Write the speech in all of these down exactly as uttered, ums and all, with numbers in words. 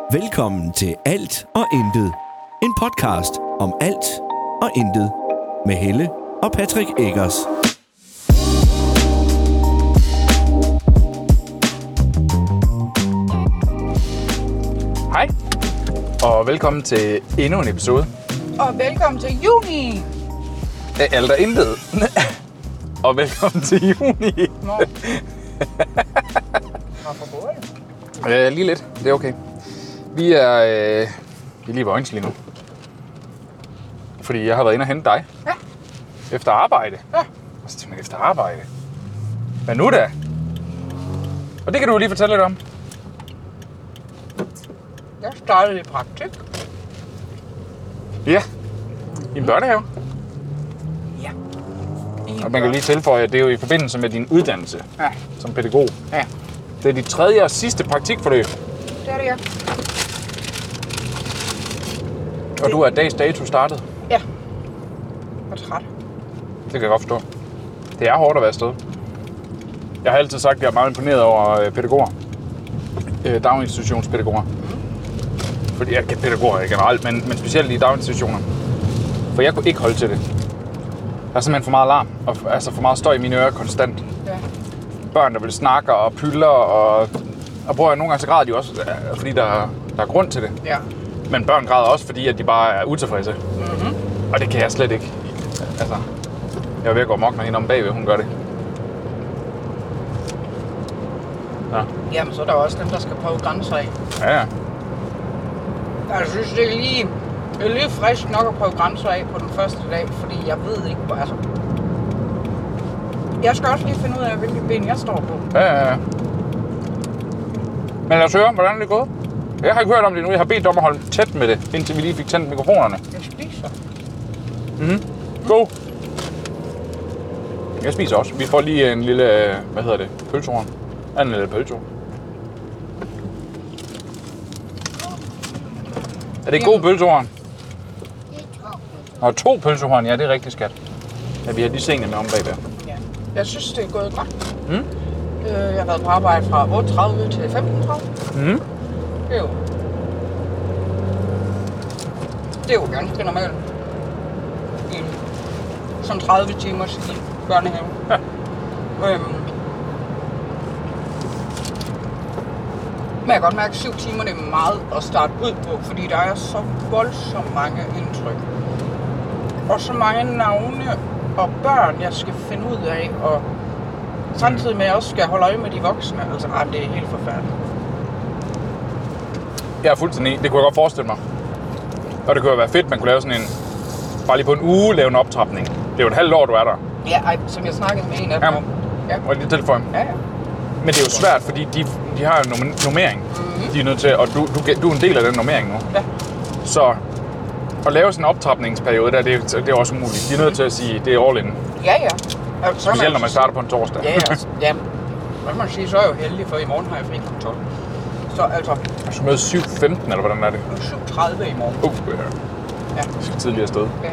Velkommen til Alt og Intet. En podcast om alt og intet. Med Helle og Patrick Eggers. Hej, og velkommen til endnu en episode. Og velkommen til juni. Af Alt og Intet. Og velkommen til juni. Nå. Hvorfor går det? Øh, lige lidt, det er okay. Vi er, øh, vi er lige ved øjens lige nu. Fordi jeg har været inde og hente dig. Ja. Efter arbejde. Ja. Og så tænkte jeg, efter arbejde. Hvad nu da? Og det kan du lige fortælle lidt om. Jeg startede i praktik. Ja. I en børnehave. Ja. I Og man kan lige tilføje, at det er jo i forbindelse med din uddannelse. Ja. Som pædagog. Ja. Det er dit tredje og sidste praktikforløb. Det er det, ja. Og du er dags dato startet. Ja. Jeg er træt. Det kan jeg godt forstå. Det er hårdt at være afsted. Jeg har altid sagt, at jeg er meget imponeret over pædagoger. Øh, daginstitutionspædagoger. Fordi jeg er pædagoger generelt, men, men specielt i daginstitutioner. For jeg kunne ikke holde til det. Der er simpelthen for meget larm, og altså for meget støj i mine ører konstant. Ja. Børn, der vil snakke og pyller, og, og prøver nogle gange så græder de også, fordi der, der er grund til det. Ja. Men børn græder også, fordi at de bare er utilfredse. Mm-hmm. Og det kan jeg slet ikke. Altså, jeg er ved at gå amok, når hende om bagved, hun gør det. Ja. Jamen, så er der også dem, der skal prøve grænser af. Ja, ja. Jeg synes, det er lige, det er lige frisk nok at prøve grænser af på den første dag, fordi jeg ved ikke, altså... Jeg skal også lige finde ud af, hvilke ben jeg står på. Ja, ja, ja. Men lad os høre, hvordan det er gået. Jeg har ikke hørt om det nu. Jeg har bedt om at holde tæt med det, indtil vi lige fik tændt mikrofonerne. Jeg spiser. Mhm. God. Jeg spiser også. Vi får lige en lille, hvad hedder det, pølsehorn. En lille pølsehorn. Er det god pølsehorn? Og to pølsehorn, ja, det er rigtig skat. Ja, vi har lige sengen med om bagved. Ja. Jeg synes, det er gået godt. Mm. Øh, Jeg har været på arbejde fra otte tredive til femten tredive. Mm. Det er jo... Det er jo ganske normalt. I sådan tredive timer i børnehave. Ja. Øhm. Men jeg kan godt mærke, at syv timer det er meget at starte ud på, fordi der er så voldsomt mange indtryk. Og så mange navne og børn, jeg skal finde ud af, og samtidig med, at jeg også skal holde øje med de voksne. Altså, ej, det er helt forfærdeligt. Jeg er fuldstændig enig. Det kunne jeg godt forestille mig. Og det kunne jo være fedt, man kunne lave sådan en... Bare lige på en uge lave en optrapning. Det er jo et halvt år, du er der. Ja, ej, som jeg snakkede med en af dem om. Ja. Og lige tilføje. Ja, ja. Men det er jo svært, fordi de, de har jo en nummering. Mm-hmm. De er nødt til, og du, du, du er en del af den nummering nu. Ja. Så at lave sådan en optrapningsperiode, der, det, er, det er også umuligt. De er nødt til at sige, det er all in. Ja, ja. Altså, Specielt når man starter på en torsdag. Ja, altså, ja. Hvad man sige, så er jeg jo heldig, for i morgen har jeg fri klokken tolv. Så altså... Altså møde syv femten, eller hvordan er det? syv tredive i morgen. Uh, ja. Ja. Jeg skal tidligere afsted. Ja.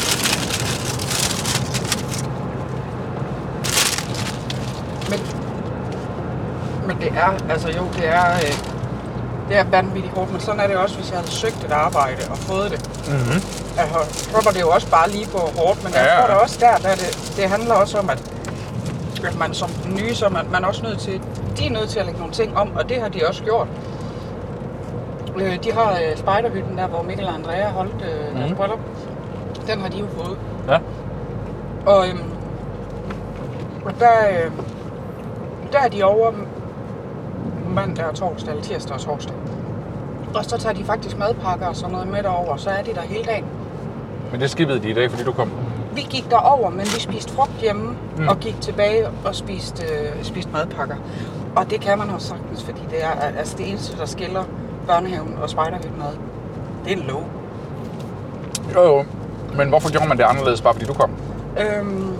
Men... Men det er, altså jo, det er... Øh, det er vanvittigt hårdt, men sådan er det også, hvis jeg havde søgt et arbejde og fået det. Mm-hmm. Altså, så var det jo også bare lige på hårdt, men jeg ja, ja. tror da også der, der det, det handler også om, at, at man som den nye, så man, man er også nødt til, de er nødt til at lægge nogle ting om, og det har de også gjort. Øh, de har øh, spejderhytten der, hvor Mikkel og Andrea holdt øh, deres Mhm. bryllup. Den har de jo fået. Ja. Og, øhm, og der, øh, der er de over mandag og torsdag, eller tirsdag og torsdag. Og så tager de faktisk madpakker og sådan noget med derover, så er de der hele dagen. Men det skippede de i dag, fordi du kom. Vi gik derover, men vi spiste frugt hjemme, Mm. mm. og gik tilbage og spiste, øh, spiste madpakker. Og det kan man også sagtens, fordi det er altså det eneste, der skiller børnehaven og spejderhytten ad. Det er en lov. Jo jo. Men hvorfor gjorde man det anderledes, bare fordi du kom? Øhm,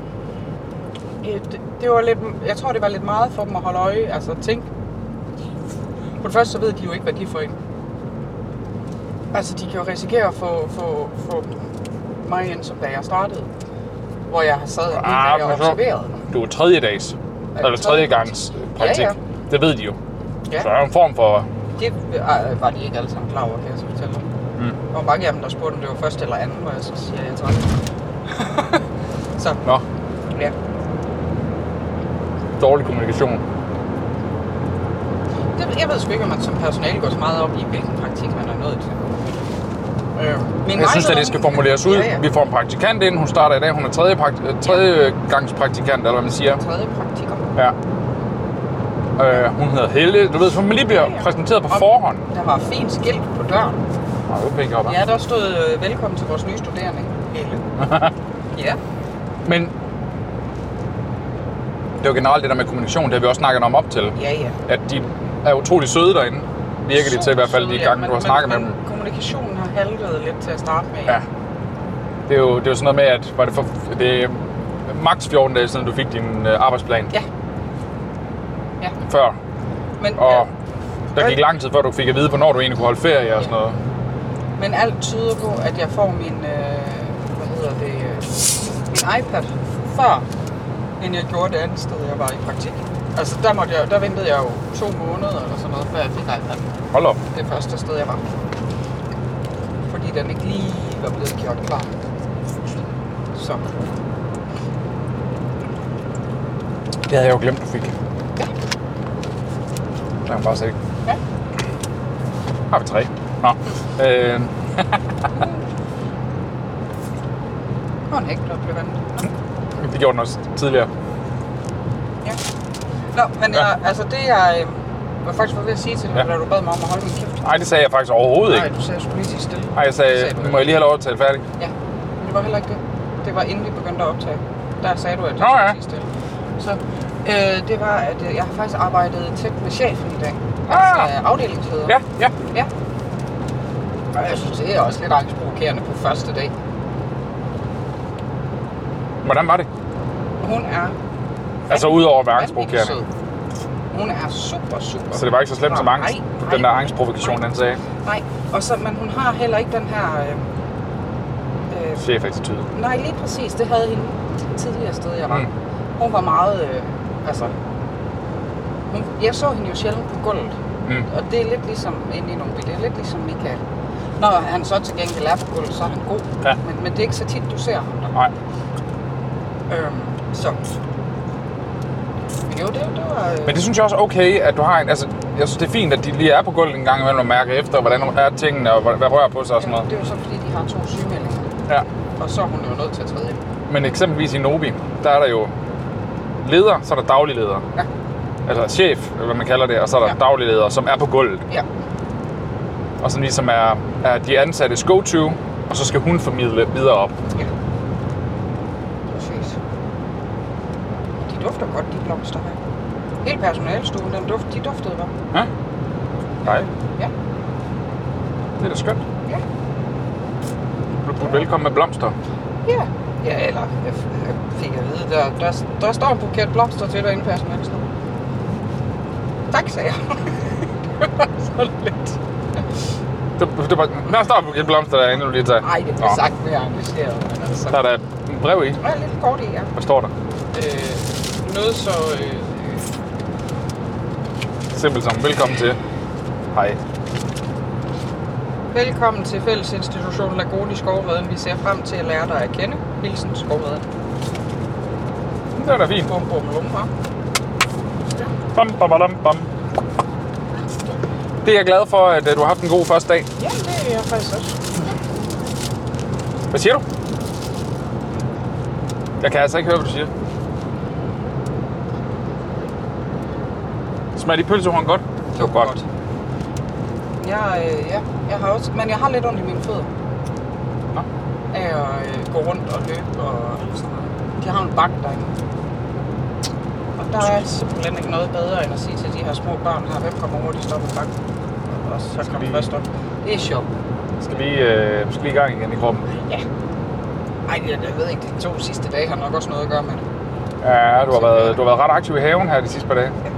det, det var lidt, jeg tror, det var lidt meget for dem at holde øje, altså tænk. For det første, så ved de jo ikke, hvad de får ind. Altså, de kan jo risikere at få, få, få mig ind, som da jeg startede. Hvor jeg har sad og Ah, og men så- observeret. Du er tredje dags. Ja, Eller tredje tredje gangs praktik. Ja, ja. Det ved de jo. Ja. Så der er en form for Det øh, var de ikke alle sammen klar over, kan jeg så fortælle dig. Mm. Og mange af dem, der spurgte, om det var første eller anden, hvor jeg så siger, jeg tredje. Så. Nå. Ja. Dårlig kommunikation. Det, jeg ved sgu ikke, om man som personale går så meget op i, hvilken praktik man er nået til. Øh, min jeg synes, at det skal formuleres ud. Ja, ja. Vi får en praktikant ind. Hun starter i dag. Hun er tredje, prakt- tredje gangs praktikant, eller hvad man siger. Tredje praktiker. Ja. Øh, hun hedder Helle. Du ved, så man lige bliver ja, ja. præsenteret på forhånd. Der var fint skilt på døren. Nej, det er pænt godt, ja, der stod øh, velkommen til vores nye studerende. Helle. Ja. Men det var generelt det der med kommunikation, det har vi også snakket om op til. Ja, ja. At de er utrolig søde derinde. Virker det til i hvert fald de gange, ja, du har snakket men, med dem. Kommunikationen har haltet lidt til at starte med. Ja. Det er jo, det er jo sådan noget med, at var det, for, det er maks fjorten dage siden, du fik din øh, arbejdsplan. Ja. Ja. Før. Men, og ja, der gik lang tid før, du fik at vide, hvornår du egentlig kunne holde ferie og sådan noget. Men alt tyder på, at jeg får min, øh, hvad hedder det, øh, min iPad før, end jeg gjorde det andet sted, jeg var i praktik. Altså der, måtte jeg, der ventede jeg jo to måneder eller sådan noget, før jeg fik iPad. Hold op. Det første sted, jeg var. Fordi den ikke lige var blevet gjort klar. Så. Det havde jeg jo glemt, du fik. Ja. Der kan bare se. Ja. Har vi tre. Nå. Øh. Og en hæk, der blev vandet. Det gjorde den også tidligere. Ja. Nå, men ja. jeg, altså det jeg øh, var faktisk ved at sige til dig, ja. Da du bad mig om at holde min kæft. Nej, det sagde jeg faktisk overhovedet ikke. Nej, du sagde, at jeg skulle lige sige stille. Nej, jeg sagde, sagde nu må jeg lige have lov at tale færdig. Ja, men det var heller ikke det. Det var inden vi begyndte at optage. Der sagde du, at jeg Nå, skulle ja. sige stille. Så øh, det var, at øh, jeg har faktisk arbejdet tæt med chefen i dag. Ah. Altså afdelingsleder. Ja, ja. Ja. Og jeg synes, det er også lidt angstprovokerende på første dag. Hvordan var det? Hun er... Altså udover at være angstprovokerende. Hun er super, super... Så det var ikke så slemt som angst? Nej, den der angstprovokation, den sagde? Nej, og så, men hun har heller ikke den her... Øh, øh, chef-attitude. Nej, lige præcis. Det havde hende tidligere sted, jeg var. Mm. Hun var meget... Øh, altså... Hun, jeg så hende jo sjældent på gulvet. Mm. Og det er lidt ligesom inde i nogle billeder. Det er lidt ligesom Michael. Når han så til gengæld er på gulvet, så er han god. Ja. Men, men det er ikke så tit, du ser ham der. Nej. Øhm, så... Jo, det, det var... Øh... Men det synes jeg også er okay, at du har en... Altså, jeg synes, det er fint, at de lige er på gulvet en gang imellem og mærker efter, hvordan er tingene og hvad rører på sig og sådan noget. Ja, det er jo så, fordi de har to sygemeldinger. Ja. Og så er hun jo nødt til at træde ind. Men eksempelvis i Nobi, der er der jo leder, så er der daglig leder. Ja. Altså chef, eller hvad man kalder det, og så er der ja. daglig leder, som er på gulvet. Ja. Og som ligesom er, er de ansattes go-to, og så skal hun formidle videre op. Ja. Præcis. De dufter godt, de blomster her. Hele personalestuen, den duft, de duftede bare. Ja. Nej. Ja. Det er da skønt. Ja. Du er velkommen med blomster. Ja. Ja, eller jeg fik at vide, der, der, der står en buket blomster til dig inde i personalestuen. Tak, sagde jeg. Det var så lidt. Det, det var, der står en buket blomster derinde, du lige tager. Nej, det blev sagt mere engageret. Men altså. Der er der et brev i. Ja, lidt kort i, ja. Hvad står der? Øh, noget så... Øh, Simpelt som, velkommen til. Hej. Velkommen til fællesinstitutionen Lagone i Skovredden. Vi ser frem til at lære dig at kende. Hilsen Skovredden. Det er da fint. Bum, bum, bum, bum. Bam, bam, bam, bam. Det er jeg glad for, at du har haft en god første dag. Ja, det er jeg faktisk også. Hvad siger du? Jeg kan altså ikke høre, hvad du siger. Smager de pølsehorn godt? Det var godt. godt. Jeg, øh, ja, jeg har også, men jeg har lidt ondt i mine fødder. Nå? Af at øh, gå rundt og løbe og sådan noget. De har en bakke derinde. Og der er simpelthen ikke noget bedre end at sige til de her små børn her, hvem kommer over, de står på bakken. Og så kommer vi først op. Det er sjovt. Skal vi, øh, skal vi i gang igen i kroppen? Ja. Ej, jeg, jeg ved ikke, de to sidste dage har nok også noget at gøre med det. Ja, du har, været, du har været ret aktiv i haven her de sidste par dage. Ja.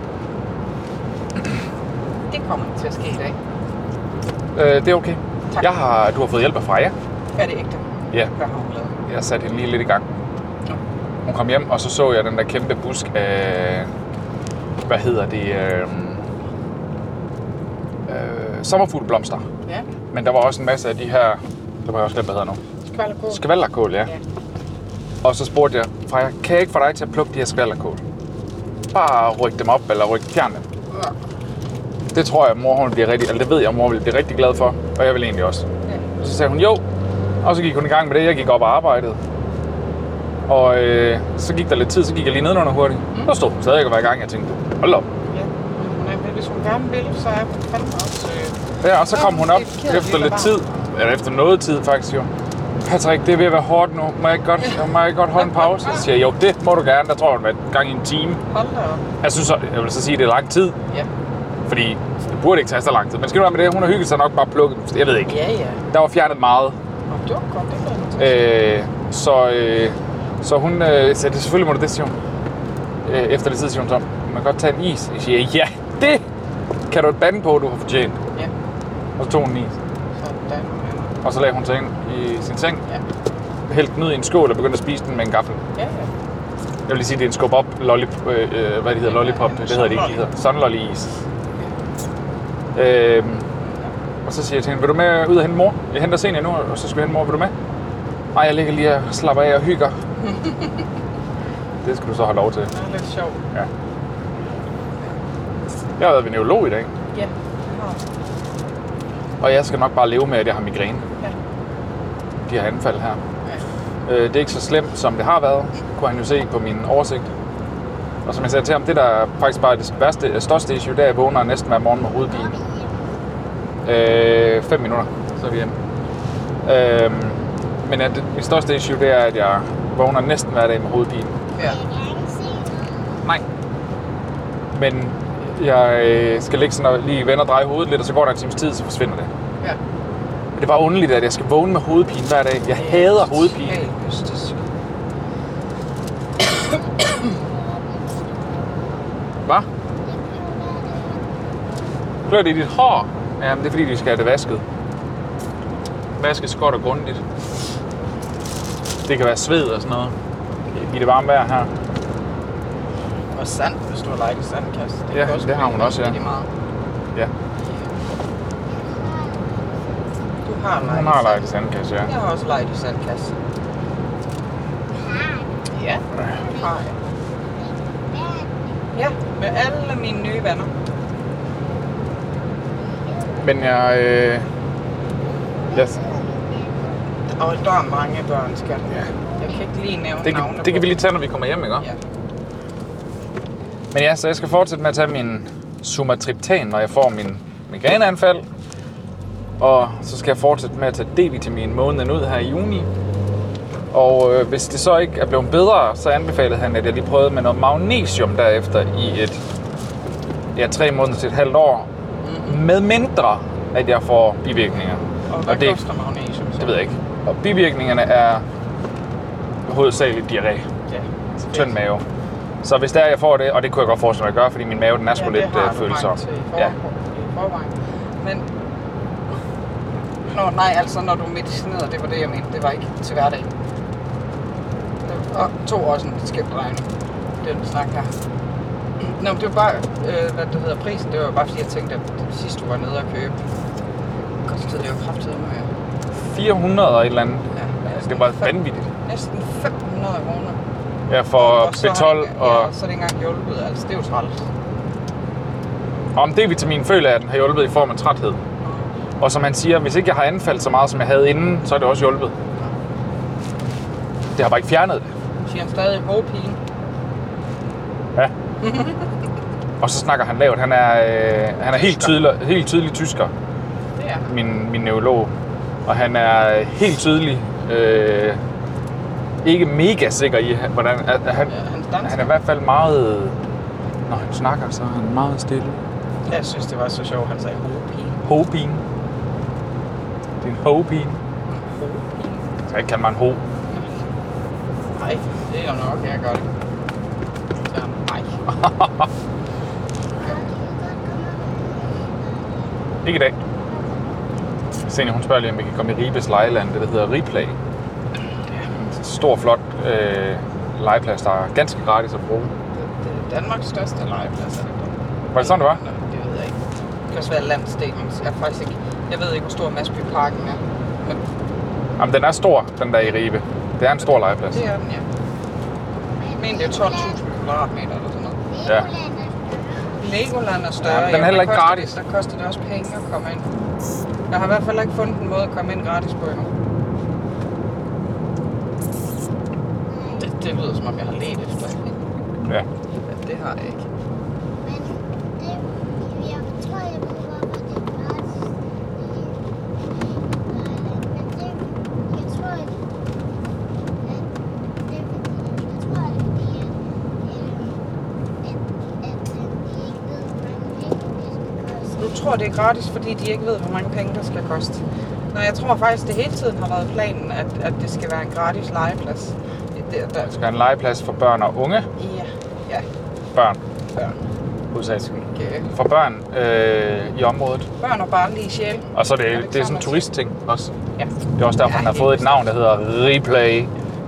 Det kommer til at ske i dag. Øh, det er okay. Tak. Jeg har, du har fået hjælp af Freja. Er det ægte? Ja. Hvad har hun lavet? Jeg satte hende lige lidt i gang. Ja. Hun kom hjem, og så så jeg den der kæmpe busk af... Hvad hedder det? Øh, øh, sommerfuglblomster. Ja. Men der var også en masse af de her, det var jeg også glemt, hvad hedder nu. Skvalderkål. Skvalderkål, ja. Ja. Og så spurgte jeg, Freja, kan jeg ikke få dig til at plukke de her skvalderkål? Bare rykke dem op, eller rykke fjerne dem. Ja. Det tror jeg, mor hun bliver rigtig, eller det ved jeg, mor vil blive rigtig glad for. Og jeg vil egentlig også. Ja. Og så sagde hun jo. Og så gik hun i gang med det. Jeg gik op og arbejdede. Og øh, så gik der lidt tid, så gik jeg lige nedenunder hurtigt. Mm. Så stod hun stadig og var i gang. Jeg tænkte, hold op. Ja. Men hvis hun gerne vil, så er hun fandme også... Øh... Ja, og så kom hun op efter lidt tid. Eller efter noget tid faktisk jo. Patrick, det er ved at være hårdt nu. Må jeg ikke godt, må jeg ikke godt holde en pause? Så siger jeg, jo, det må du gerne. Der tror jeg, hun var gang i en time. Hold da op. Jeg synes, jeg vil så sige, at det er lang tid. Ja. Fordi det burde ikke tage så lang tid. Men skal du være med det? Hun har hygget sig nok bare plukket. Jeg ved ikke. Ja, ja. Der var fjernet meget. Og det var godt, det var Øh, så, øh, så hun øh, sagde, selvfølgelig må du det, siger hun. Øh, efter det tid, siger hun så, man kan godt tage en is. Jeg siger, ja, det kan du bande på, du har fortjent. Ja. Og så tog hun en is. Sådan. Og så lagde hun sig ind i sin seng. Ja. Hældte den ud i en skål og begyndte at spise den med en gaffel. Ja, ja. Jeg vil lige sige, det er en skub op lollipop, øh, hvad det hedder, lollipop. Det hedder det ikke, det hedder sunlolly-is. Øh, og så siger jeg til hende, vil du med ud og hente mor? Jeg henter senere nu, og så skal vi hente mor. Vil du med? Nej, jeg ligger lige og slapper af og hygger. Det skal du så have lov til. Det er lidt sjovt. Ja. Jeg har været ved neurolog i dag, Ja. og jeg skal nok bare leve med, at jeg har migræne. Ja. De her anfald her. Ja. Øh, det er ikke så slemt, som det har været, kunne han jo se på min oversigt. Og som jeg sagde til ham, det der er faktisk bare det værste, største issue, det er, at jeg vågner næsten hver morgen med hovedpine. Øh, fem minutter, så er vi hjemme. Øh, men at mit største issue, det er, at jeg vågner næsten hver dag med hovedpine. Ja. Nej. Men jeg øh, skal ligge sådan og lige vende og dreje hovedet lidt, og så går der en times tid, så forsvinder det. Ja. Men det var underligt, at jeg skal vågne med hovedpine hver dag. Jeg hader hovedpine. Helt mystisk. Hvad? Klør det i dit hår? Jamen, det er fordi, vi skal have det vasket. Vaskes godt og grundigt. Det kan være sved og sådan noget. I det varme vejr her. Og sand, hvis du har leget i sandkasse. Det Ja, kan også det har hun blive også, ja. rigtig meget. Ja, Du har leget hun har leget i sandkasse, ja. Jeg har også leget i sandkasse. Ja, det har jeg. Ja, med alle mine nye venner. Men jeg... Øh, jeg Og der er mange børn, skat. Ja. Jeg kan ikke lige nævne det, navne kan, det kan på. vi lige tage, når vi kommer hjem, ikke? Ja. Men ja, så jeg skal fortsætte med at tage min sumatriptan, når jeg får min migræneanfald. Og så skal jeg fortsætte med at tage D-vitamin måneden ud her i juni. Og øh, hvis det så ikke er blevet bedre, så anbefalede han, at jeg lige prøvede med noget magnesium derefter i et ja, tre måneder til et halvt år. Mm-hmm. Med mindre, at jeg får bivirkninger. Og hvad og det, koster magnesium så? det ved jeg ikke. Og bivirkningerne er hovedsageligt diarré. Ja. Tynd mave. Så hvis der jeg får det, og det kunne jeg godt forestille mig at gøre, fordi min mave den er sgu ja, lidt øh, følsom. Ja. I forvejen. Men Nå, nej, altså når du medicinerede, det var det jeg mente. Det var ikke til hverdag. Og tog også en skæbt regning. Den snak her. Nå, det var bare, øh, hvad det hedder, prisen. Det var bare fordi jeg tænkte, at sidst du var nede og købe, kostede det jo kraftigt med fire hundrede og et eller andet. ja, Altså, det var vanvittigt. næsten fem hundrede kroner. Ja, for og B tolv og... og... Ja, og så er det ikke engang hjulpet, altså det er jo træls. Og om D-vitamin føler jeg, at den har hjulpet i form af træthed. Og som han siger, hvis ikke jeg har anfaldt så meget, som jeg havde inden, så er det også hjulpet. Det har bare ikke fjernet det. Siger han stadig hovedpine? Ja. Og så snakker han lavt. Han er, øh, han er helt, tydelig, helt tydelig tysker, Det er han. min, min neurolog. Og han er helt tydelig øh, ikke mega sikker i, hvordan... At han, Ja, han er i hvert fald meget... Når han snakker, så er han meget stille. Jeg synes, det var så sjovt, han sagde hovedpine. Hovedpine. Det er en hovedpine. Hovedpine? Jeg skal ikke kalde mig en ho. Nej, det er jo nok, jeg gør det. Så, nej. Ikke i dag. Senere hun spørger lige, om vi kan komme i Ribes lejeland, det der hedder Ripley. En stor, flot øh, legeplads, der er ganske gratis at bruge. Det, det er Danmarks største legeplads, er det ikke? Var det sådan, det var? Det ved jeg ikke. kan også være landsdelen. Jeg er faktisk ikke... Jeg ved ikke, hvor stor Masbyparken er. Men... Jamen, den er stor, den der i Ribe. Det er en stor legeplads. Det er den, ja. Men det er tolv tusind kvadratmeter eller sådan noget. Ja. Legoland er større. Ja, den er heller ikke koster, gratis. Der koster det også penge at komme ind. Jeg har i hvert fald ikke fundet en måde at komme ind gratis på endnu. Det, det lyder som om jeg har let efter. Ja. Men det har jeg ikke. Men det, jeg tror, jeg ved, hvorfor det er gratis. Men det, jeg tror, at, at det er fordi, jeg tror, at det er, at, at, at de ikke ved, hvor mange penge det skal koste. Du tror, det er gratis, fordi de ikke ved, hvor mange penge det skal koste. Nå, jeg tror faktisk, det hele tiden har været planen, at, at det skal være en gratis legeplads. Det, der, Der skal være en legeplads for børn og unge. ja, ja, Børn. børn. Hovedsageligt. Okay. For børn øh, i området. Børn og barnlige sjæl. Og så er det, Er det det, det er sådan en klart? turistting også. Ja. Det er også derfor, Ja, den har det fået er et navn, der hedder Replay.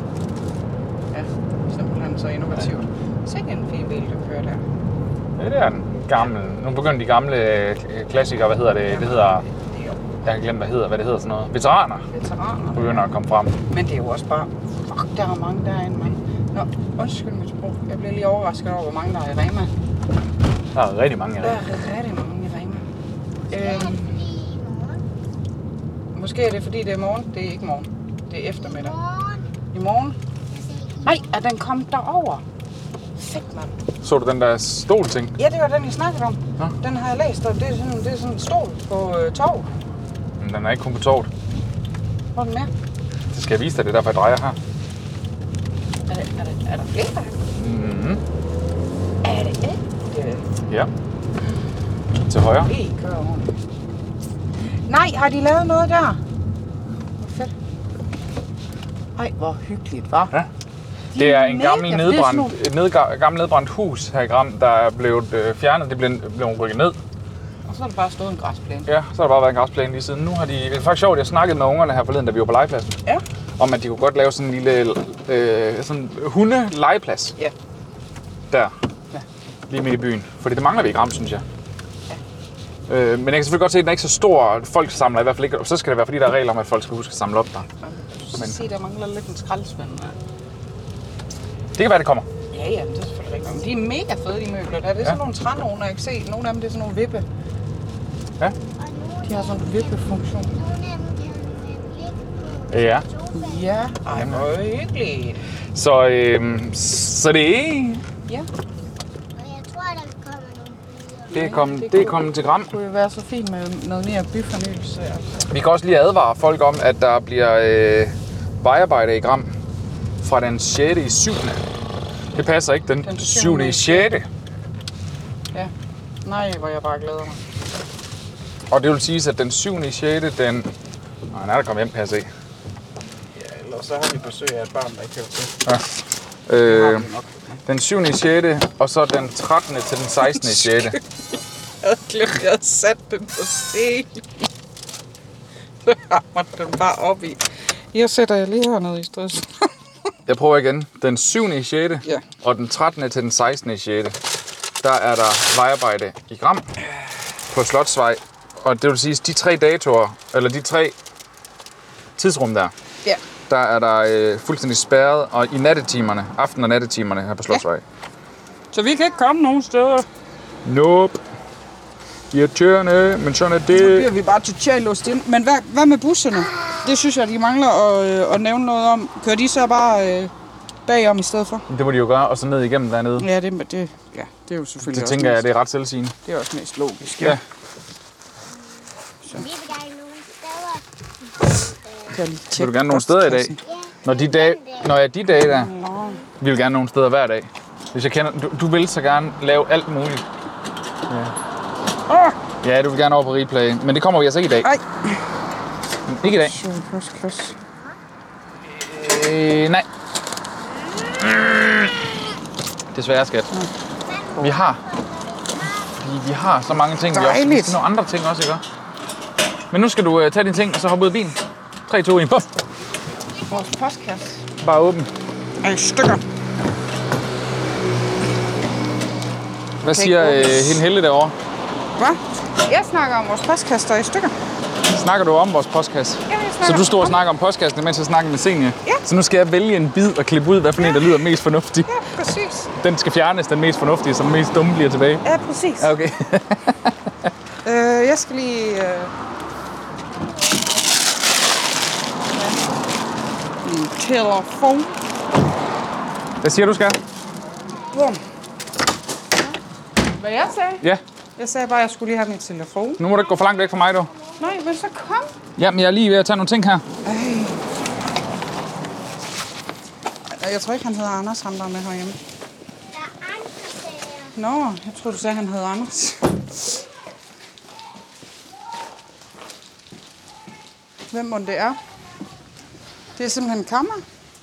Ja, simpelthen så innovativt. Se en fin bil, der kører der. Ja, det er den gamle. Nu begynder de gamle øh, klassikere, hvad hedder det? Det hedder, jeg har glemt, hvad, hedder, hvad det hedder sådan noget. Veteraner Veteraner. begynder at komme frem. Men det er jo også bare... Fuck, der er mange derinde, mand. Nå, undskyld mit sprog. Jeg bliver lige overrasket over, hvor mange der er i Rema. Der er rigtig mange af Der dem. er rigtig mange i Rema. Det er Øhm, fordi i morgen. måske er det, fordi det er morgen. Det er ikke morgen. Det er eftermiddag. Morgen. I morgen? Altså, i Nej, er den kommet derover? Fedt, mand. Så du den der stol-ting? Ja, det var den, jeg snakkede om. Nå. Den har jeg læst om. Det er sådan, det er sådan en stol på øh, torv. Men den er ikke kun på torvet. Hvor er den mere? Det skal jeg vise dig, det er derfor, jeg drejer her. Er, det, er, det, er der flere der? Mhm. Er det ikke? Ja. Til højre. Helt kører ordentligt. Nej, har de lavet noget der? Hvor fedt. Ej, hvor hyggeligt, hva'? Ja. Det er en mega gammel fedt. Det er sådan nedbrændt, et nedga- gammelt nedbrændt hus her i Gram, der er blevet øh, fjernet. Det blev, blev rykket ned. Og så er der bare stået en græsplæne. Ja, så har der bare været en græsplæne lige siden. Nu har de... Det er faktisk sjovt, jeg snakkede med ungerne her forleden, da vi var på legepladsen. Ja. Om at de kunne godt lave sådan en lille øh, sådan hunde-legeplads. Ja. Der. Ja. Lige midt i byen. Fordi det mangler vi i Gram, synes jeg. Ja. Øh, men jeg kan selvfølgelig godt se, at den er ikke så stor. Folk samler i hvert fald ikke. Og så skal det være, fordi der er regler om, at folk skal huske at samle op der. Så men... sige, der mangler lidt en skraldespand. Det kan være, det kommer. Ja, ja, det er selvfølgelig rigtigt. Men de er mega fede, de møbler. Der er det Ja. sådan nogle trænogen, jeg kan se. Nogle af dem, det er sådan nogle vippe. Ja. Og nogle, De har sådan en vippefunktion. nogle af dem kan man ligge på Ja. sofaen. Ja, ej, hvor hyggeligt. Så, øh, så det er... Og Ja, jeg tror, der kommer nogle billeder. Det er kommet, det det er kunne- kommet til Gram. det kunne jo være så fint med noget mere byfornyelse. Altså. Vi kan også lige advare folk om, at der bliver øh, vejarbejde i Gram fra den sjette i syvende Det passer ikke, den, Den syvende i syvende. sjette Ja, nej, hvor jeg bare glæder mig. Og det vil sige, at den syvende i sjette den... Nej, han er der kommet hjem, kan jeg se. Ja, ellers så har vi besøg af et barn, der ikke kan til. Ja. Det Øh, har vi nok. den syvende i sjette og så den trettende til den sekstende i sjette Jeg havde glemt, at jeg havde sat den på sten. Så hammer den bare op i. Jeg sætter jeg lige hernede i stedet. Jeg prøver igen. Den syvende i sjette Ja. og den trettende til den sekstende i sjette der er der vejarbejde i Gram på Slotsvej. Og det vil sige, at de tre datoer, eller de tre tidsrum der, Ja. der er der øh, fuldstændig spærret, og i nattetimerne, aften- og nattetimerne her på Slotsvej. Så vi kan ikke komme nogen steder. Nope. Irriterende, men sådan er Så det. bliver vi bare totalt låst ind. Men hvad, hvad med busserne? Det synes jeg, de mangler at, øh, at nævne noget om. Kører de så bare øh, bagom i stedet for? Det må de jo gøre, og så ned igennem dernede. Ja, det, det, ja, det er jo selvfølgelig Det også tænker jeg, mest, det er ret selvsigende. det er også mest logisk. Ja. Vi vil gerne nogle steder. Kan jeg lige Vil tjekke du gerne nogle steder i dag? postkassen? Ja, Når de dage, når jeg de dage der, Nå. vi vil gerne nogle steder hver dag. Hvis jeg kender, du, du vil så gerne lave alt muligt. Åh! Ja, du vil gerne over på Replay, men det kommer vi altså ikke i dag. Ej! Ikke i dag. Så klods, klods. Øh, nej. Desværre, skat. Vi har, fordi vi har så mange ting. Vi har også vi Dejligt. skal nogle andre ting også, ikke? Men nu skal du uh, tage dine ting, og så hoppe ud af bilen. tre, to, et, puff. Vores postkasse. Bare åben. Ej, stykker. Hvad siger øh, hende Helle derovre? Hvad? Jeg snakker om vores postkaster i stykker. Snakker du om vores postkasse? Ja, jeg snakker Så du står og om- snakker om postkassen, mens jeg snakker med Senior? Ja. Så nu skal jeg vælge en bid og klippe ud, hvad for en, der lyder mest fornuftig. Ja, præcis. Den skal fjernes, den mest fornuftige, så den mest dumme bliver tilbage. Ja, præcis. Ja, okay. Øh, jeg skal lige... Øh... Min telefon. Hvad siger du, skal? Bum. Hvad jeg sagde? Ja. Jeg sagde bare, at jeg skulle lige have min telefon. Nu må du ikke gå for langt væk fra mig, du. Nej, men så kom. Jamen, jeg er lige ved at tage nogle ting her. Ej. Jeg tror ikke, han hedder Anders, ham der er med herhjemme. Der er andre sager. Nå, jeg troede, du sagde, at han hedder Anders. Hvem må det er? Det er simpelthen Kammer.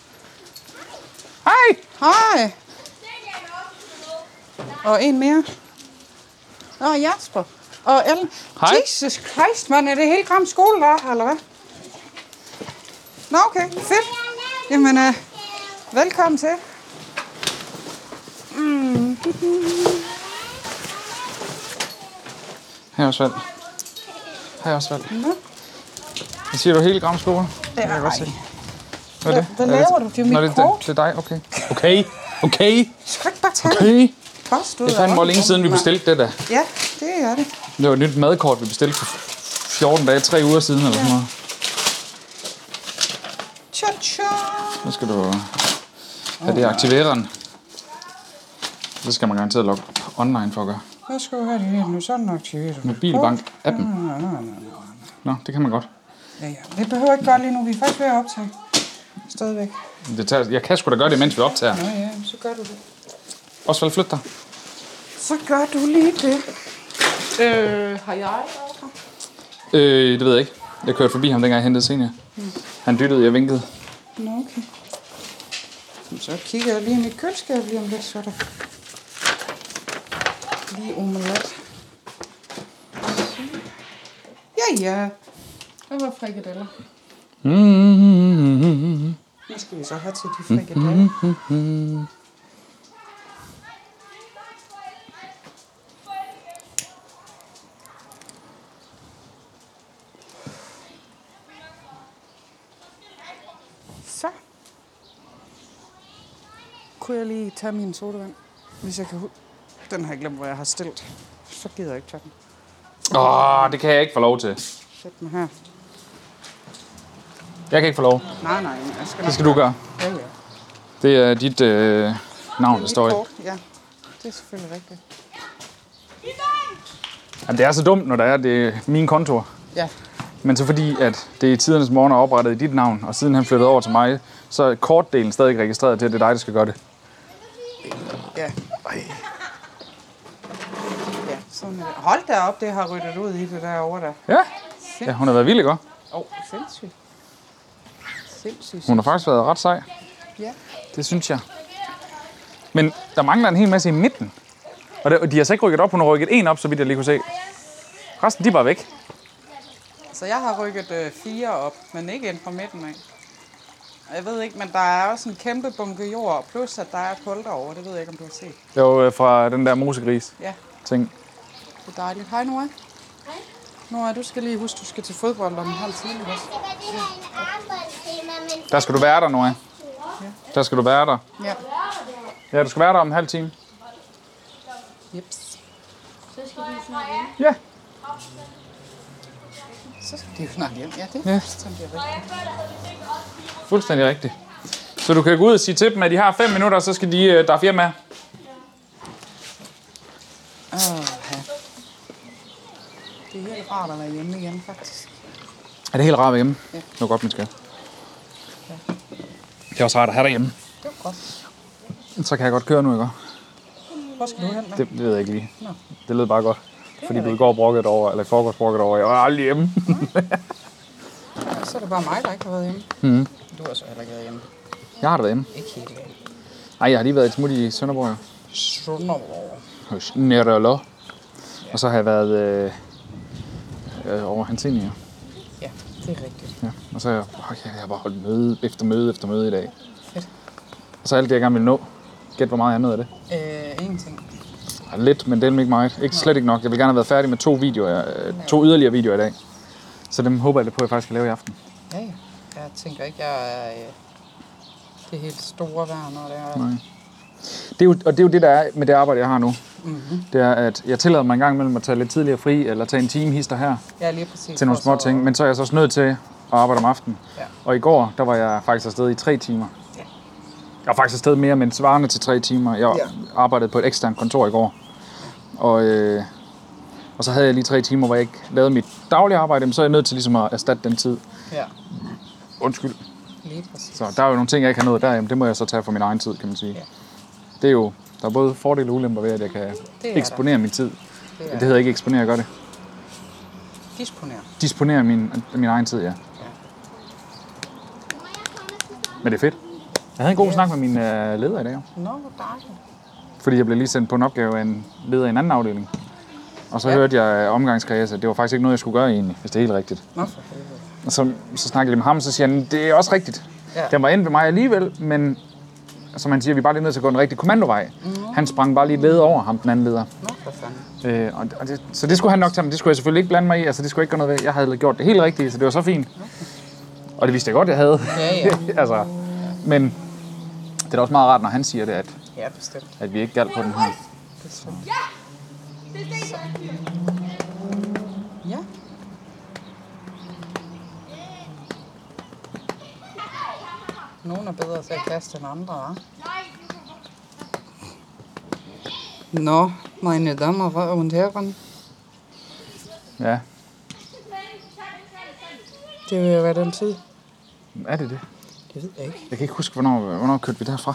Hej! Hej. Og en mere. Nå, Jasper. Og Ellen. Hej. Jesus Christ, mand. Er det helt Gram skole, der er her, eller hvad? Nå, okay. Fedt. Jamen, øh, velkommen til. Mm. Hej Osvald. Hej Osvald. Nå. Hvad siger du, hele Gram skole? Ja, kan jeg godt ej. se. Hvad er det? Hvad Er laver du? Det er mit Nå, det, kort. det er dig, okay. Okay, okay, Skal ikke bare tage det? okay. Post ud Det er af fandme hvor længe øjnene. siden, vi bestilte det der. Ja, det er det. Det var et nyt madkort, vi bestilte for fjorten dage, tre uger siden eller sådan noget. Cha-cha. Så skal du have det aktiveren. Det skal man garanteret logge online for at gøre. Hvad skal du have det her nu? Sådan aktiverer du. Mobilbank-appen. Nå, det kan man godt. Ja, ja. Det behøver ikke gøre lige nu. Vi er faktisk ved at optage. Stadigvæk. Det tager, jeg kan sgu da gøre det, mens vi optager. Nå ja, så gør du det. Osvald, flyt dig. Så gør du lige det. Øh, har jeg Øh, det ved jeg ikke. Jeg kørte forbi ham, dengang jeg hentede Senior. Han dyttede, jeg vinkede. Nå, okay. Så kigger jeg lige i mit køleskab lige om lidt, så er der lige omelet. Ja, ja. Der var frikadeller. Mm-hmm. Hvad skal vi så have til de frikadeller? Så. Kunne jeg lige tage min sodavand, hvis jeg kan huske. Den har jeg glemt, hvor jeg har stillet. Så gider jeg ikke tage den. Åh, oh, det kan jeg ikke få lov til. Sæt den her. Jeg kan ikke få lov. Nej, nej, jeg skal Det skal du gøre. Ja, ja. Det er dit øh, navn, der står i. Mit kort, ja. Det er selvfølgelig rigtigt. Jamen, det er så dumt, når der er det min kontor. Ja. Men så fordi, at det i tidernes morgen er oprettet i dit navn, og siden han flyttede over til mig, så er kortdelen stadig ikke registreret til, at det er dig, der skal gøre det. Ja. Ja, sådan er det. Hold da op, det har ryddet ud i det derovre der. Ja, ja hun har været vild, ikke? Åh, oh, sindssygt. Sindssygt. Hun har faktisk været ret sej. Ja. Det synes jeg. Men der mangler en hel masse i midten. Og det, de har så ikke rykket op. Hun har rykket en op, så vidt jeg lige kunne se. Resten, de er bare væk. Så jeg har rykket øh, fire op, men ikke ind fra midten af. Og jeg ved ikke, men der er også en kæmpe bunke jord, plus at der er et hul derovre. Det ved jeg ikke, om du har set. Det var øh, fra den der mosegris Ja, ting. det er dejligt. Hej, Nora. Hej. Nora, du skal lige huske, du skal til fodbold om en halv time. Ikke også? Det var det her en armbåndstema, men Der skal du være der, Nora. Der skal du være der. Ja. Ja, du skal være der om en halv time. Jeps. så skal de snart hjem. Ja. Så skal de jo snart hjem. Ja, det er Ja. fuldstændig rigtigt. Fuldstændig rigtigt. Så du kan gå ud og sige til dem, at de har fem minutter, så skal de, øh, der er fire med. Åh, ja. Det er helt rart at være hjemme igen, faktisk. Er det helt rart hjemme? Ja. Det var godt, min skat. Det er også rart at have dig hjemme. Det var godt. Så kan jeg godt køre nu, ikke? Hvor skal du hen med? Det, det ved jeg ikke lige. Nå. Det lød bare godt. Fordi er du i går brokket over, eller i forgårs brokket over, jeg var aldrig hjemme. Ja, så er det bare mig, der ikke har været hjemme. Mhm. Du har så heller ikke været hjemme. Jeg har da været hjemme. Ikke helt hjemme. Nej, jeg har lige været et smut i Sønderborg. jo. Sønderborg. Hos Nerølå. Og så har jeg været øh, øh, over Hansenia. Ja, det er rigtigt. Ja. Og så har jeg, oh, jeg har bare holdt møde efter møde efter møde i dag. Fedt. Og så alt det, jeg gerne vil nå. Gæt, hvor meget jeg nåede af det. Øh, ingenting. Lidt, men det er ikke meget. Ikke, slet ikke nok. Jeg vil gerne have været færdig med to videoer, to yderligere videoer i dag. Så dem håber jeg lidt på, at jeg faktisk skal lave i aften. Ja, ja. Jeg tænker ikke, jeg er øh, det helt store værd, når det er... Nej. Det er jo, og det er jo det, der er med det arbejde, jeg har nu. Mm-hmm. Det er, at jeg tillader mig en gang imellem at tage lidt tidligere fri, eller tage en time hister her Ja, lige præcis. til nogle små ting. Men så er jeg så også nødt til at arbejde om aftenen. Ja. Og i går, der var jeg faktisk afsted i tre timer. Ja. Jeg var faktisk afsted mere, men svarende til tre timer. Jeg Ja. arbejdede på et eksternt kontor i går. Og, øh, og så havde jeg lige tre timer, hvor jeg ikke lavede mit daglige arbejde, men så er jeg nødt til ligesom at erstatte den tid. Ja, Undskyld. lige præcis. Så der er jo nogle ting, jeg ikke har nået der, jamen, det må jeg så tage for min egen tid, kan man sige. Ja. Det er jo, der er både fordele og ulemper ved, at jeg kan eksponere min tid. Det, det hedder ikke eksponere, gør det. Disponere. Disponere min, min egen tid, ja. Ja. Men det er fedt. Jeg havde en god Ja. snak med min øh, leder i dag, jo. Nå, hvor dejligt. Fordi jeg blev lige sendt på en opgave af en leder i en anden afdeling. Og så Ja. hørte jeg øh, omgangskreds, at det var faktisk ikke noget, jeg skulle gøre egentlig, hvis det er helt rigtigt. Nå, for helvede. Og så, så snakkede jeg med ham, og så siger han, det er også rigtigt. Ja. Den var endt ved mig alligevel, men som han siger, vi er bare lige nødt til at gå en rigtig kommandovej. Mm. Han sprang bare lige led over ham, den anden leder. Nå, for fanden. Øh, og, og det, så det skulle han nok tage, men det skulle jeg selvfølgelig ikke blande mig i. Altså, det skulle jeg ikke gøre noget ved. Jeg havde gjort det helt rigtigt, så det var så fint. Og det vidste jeg godt, jeg havde. Ja, ja. altså, men det er da også meget rart, når han siger det, at, Ja, bestemt. at vi ikke galt på den her. Bestemt. Ja. Nogle er bedre til at kaste end andre, hva'? Nå, meine Damer und Herren. Ja, Det vil jo være den tid. er det det? Det ved jeg ikke. Jeg kan ikke huske, hvornår, hvornår kørte vi derfra.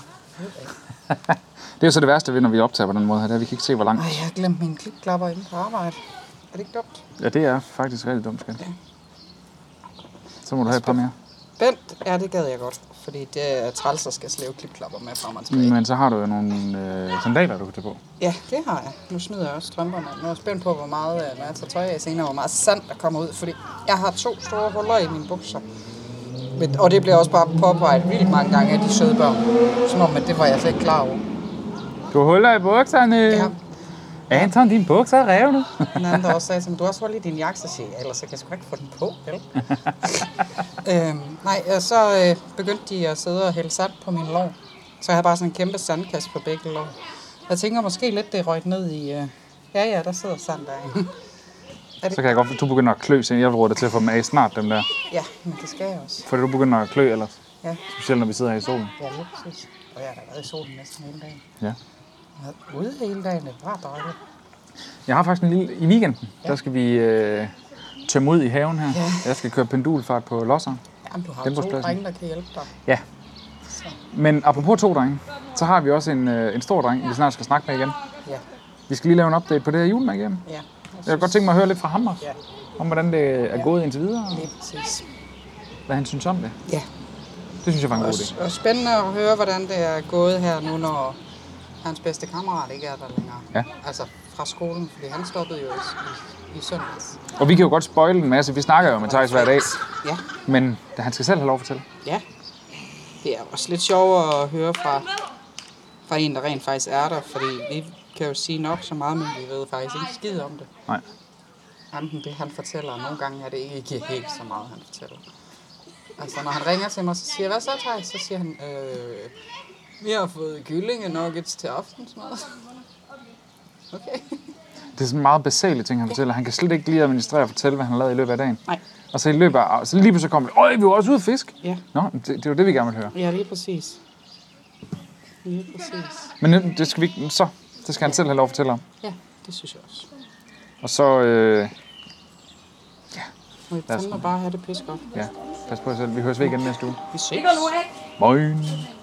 Det er jo så det værste ved, når vi optager på den måde her, det er, at vi kan ikke se, hvor langt. Ej, jeg har glemt mine klipklapper inde på arbejde. Er det ikke dumt? Ja, det er faktisk rigtig dumt, skat. Ja. Så må du have et par mere. Bent, ja, det gad jeg godt. Fordi det er træls, at skal slæve klipklapper med frem og tilbage. Men så har du jo nogle øh, sandaler, du kan tage på. Ja, det har jeg. Nu smider jeg også strømperne. Nu er jeg spændt på, hvor meget, øh, når jeg tager tøj af senere, hvor meget sand, der kommer ud. Fordi jeg har to store huller i mine bukser. Men, og det bliver også bare påpeget vildt mange gange af de søde børn. Som om, at det var jeg slet ikke klar over. Du huller i bukserne. Ja. Anton, din bukser er revnet. En anden, der også sagde til mig, du har også hul i din jakke, så siger jeg, ellers så kan jeg sgu ikke få den på, vel? øhm, nej, og så øh, begyndte de at sidde og hælde sand på min lår. Så jeg havde bare sådan en kæmpe sandkasse på begge lår. Jeg tænker måske lidt, det røg ned i... Øh, ja, ja, der sidder sand derinde. Er det? Så kan jeg godt, at du begynder at klø, så jeg vil råde dig til at få dem af snart, dem der. Ja, men det skal jeg også. For du begynder at klø ellers. Ja, Specielt når vi sidder her i solen. ja, lige præcis. Og jeg har da været i solen næsten hele dagen. Ja. Jeg har været ude hele dagen, det var dejligt. Jeg har faktisk en lille... I weekenden, ja. Der skal vi øh, tømme ud i haven her. Ja. Jeg skal køre pendulfart på losseren. Jamen, du har jo to Genbrugspladsen. drenge, der kan hjælpe dig. Ja. Så, Men apropos to drenge, så har vi også en, øh, en stor dreng, vi snart skal snakke med igen. ja, Vi skal lige lave en update på det her julemærke igen. ja. Jeg kunne godt tænke mig at høre lidt fra ham også, Ja, om hvordan det er gået indtil videre, og lige præcis. hvad han synes om det. Ja. Det synes jeg var en god Og, idé. og spændende at høre, hvordan det er gået her nu, når hans bedste kammerat ikke er der længere. Ja. Altså fra skolen, fordi han stoppede jo i, i søndags. Og vi kan jo godt spoile en masse. Vi snakker jo med Thijs hver dag, Ja, men han skal selv have lov at fortælle. ja. Det er også lidt sjovere at høre fra, fra en, der rent faktisk er der, fordi vi kan jo sige nok så meget, men vi ved faktisk ikke skid om det. Nej. Enten det, han fortæller, og nogle gange er det ikke helt så meget, han fortæller. Altså, når han ringer til mig, så siger jeg, hvad så, Thijs? Så siger han, øh, vi har fået kyllingenuggets til aftensmad. Okay. Det er sådan meget basale ting, han fortæller. Han kan slet ikke lige administrere og fortælle, hvad han har lavet i løbet af dagen. Nej. Og så i løbet af, så lige pludselig kommer det, øj, vi var også ude at fisk. Ja. Nå, det, det er jo det, vi gerne vil høre. Ja, lige præcis. Lige præcis. Men det det skal vi ikke, så, det skal han selv have lov at fortælle om. Ja, det synes jeg også. Og så, øh, Må vi Lad os- fandme bare have det pis godt. ja, pas på jer selv. Vi høres ved igen næste uge. Vi ses. Moin.